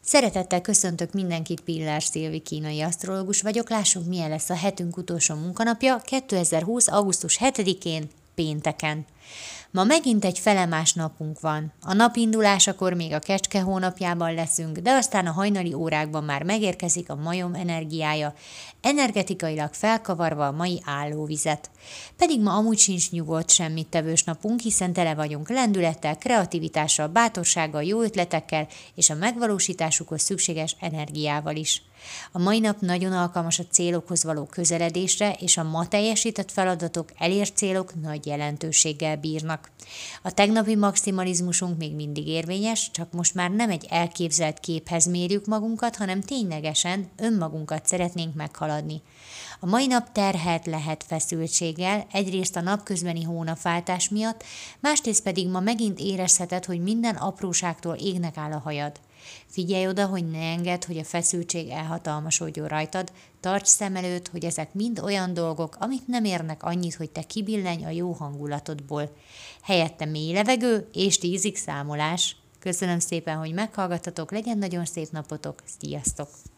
Szeretettel köszöntök mindenkit, Pillár Szilvi kínai asztrológus vagyok. Lássuk, milyen lesz a hetünk utolsó munkanapja 2020. augusztus 7-én, pénteken. Ma megint egy felemás napunk van. A nap indulásakor még a Kecske hónapjában leszünk, de aztán a hajnali órákban már megérkezik a majom energiája, energetikailag felkavarva a mai állóvizet. Pedig ma amúgy sincs nyugodt, semmit tevős napunk, hiszen tele vagyunk lendülettel, kreativitással, bátorsággal, jó ötletekkel és a megvalósításukhoz szükséges energiával is. A mai nap nagyon alkalmas a célokhoz való közeledésre, és a ma teljesített feladatok, elért célok nagy jelentőséggel bírnak. A tegnapi maximalizmusunk még mindig érvényes, csak most már nem egy elképzelt képhez mérjük magunkat, hanem ténylegesen önmagunkat szeretnénk meghaladni. A mai nap terhelt lehet feszültséggel, egyrészt a napközbeni hónapváltás miatt, másrészt pedig ma megint érezheted, hogy minden apróságtól égnek áll a hajad. Figyelj oda, hogy ne engedd, hogy a feszültség elhatalmasodjon rajtad, tarts szem előtt, hogy ezek mind olyan dolgok, amik nem érnek annyit, hogy te kibillenj a jó hangulatodból. Helyette mély levegő és 10-ig számolás. Köszönöm szépen, hogy meghallgattatok, legyen nagyon szép napotok, sziasztok!